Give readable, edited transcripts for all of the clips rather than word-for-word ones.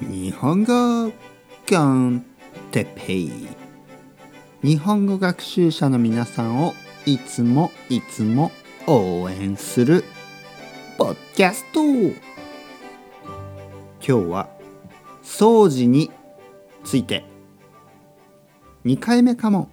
日本語コンテペイ。日本語学習者の皆さんをいつも応援するポッドキャスト。今日は掃除について2回目かも。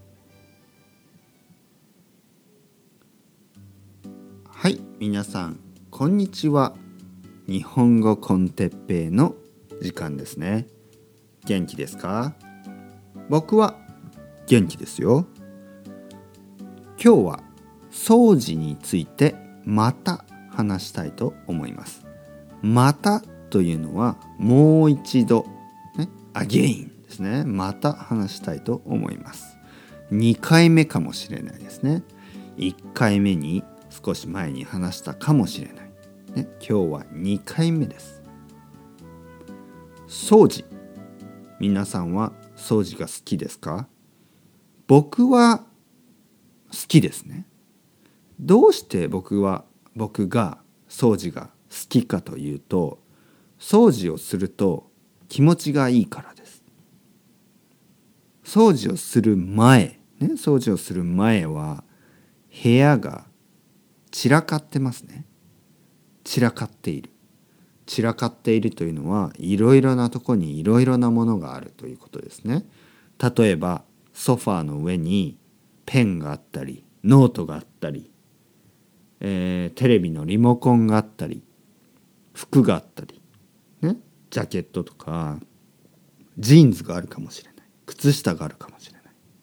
はい、皆さんこんにちは。日本語コンテッペイの時間ですね。元気ですか？僕は元気ですよ。今日は掃除についてまた話したいと思います。またというのはもう一度、again ですね。また話したいと思います。2回目かもしれないですね。1回目に少し前に話したかもしれない。今日は2回目です。掃除。皆さんは掃除が好きですか？僕は好きですね。どうして僕が掃除が好きかというと、掃除をすると気持ちがいいからです。掃除をする前は部屋が散らかってますね。散らかっているというのはいろいろなところにいろいろなものがあるということですね。例えばソファーの上にペンがあったり、ノートがあったり、テレビのリモコンがあったり、服があったり、ジャケットとかジーンズがあるかもしれない、靴下があるかもしれ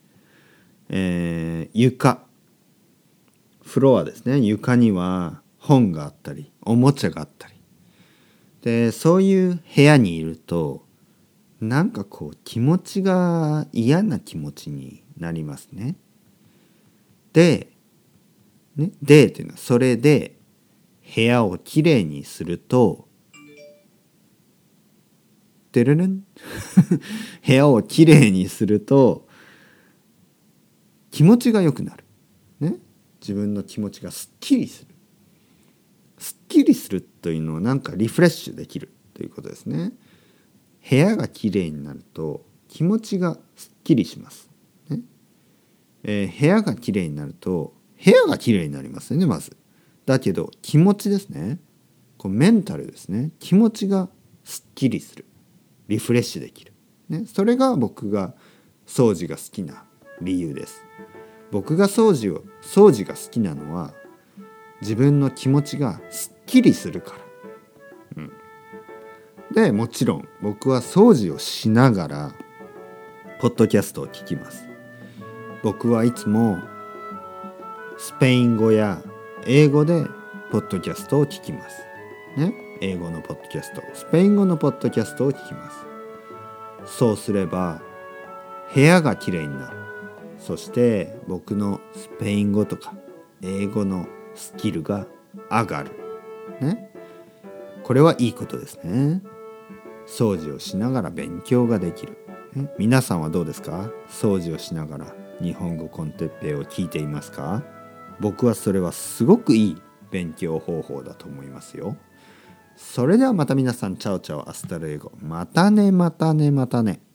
ない、床、フロアですね。床には本があったり、おもちゃがあったりで、そういう部屋にいるとなんか気持ちが嫌な気持ちになりますね。でっていうのは、それで部屋をきれいにすると部屋をきれいにすると気持ちが良くなる。自分の気持ちがすっきりする。すっきりするというのはなんかリフレッシュできるということですね。部屋がきれいになると気持ちがすっきりします。部屋がきれいになると部屋がきれいになりますよね、まず。だけど気持ちですね。メンタルですね。気持ちがすっきりする。リフレッシュできる。それが僕が掃除が好きな理由です。僕が掃除が好きなのは自分の気持ちがすっきりするから。で、もちろん僕は掃除をしながらポッドキャストを聞きます。僕はいつもスペイン語や英語でポッドキャストを聞きます。英語のポッドキャスト、スペイン語のポッドキャストを聞きます。そうすれば部屋がきれいになる。そして僕のスペイン語とか英語のスキルが上がる。これはいいことですね。掃除をしながら勉強ができる。皆さんはどうですか？掃除をしながら日本語コンテッペイを聞いていますか？僕はそれはすごくいい勉強方法だと思いますよ。それではまた皆さん、チャオチャオ、アスタルエゴ。またね。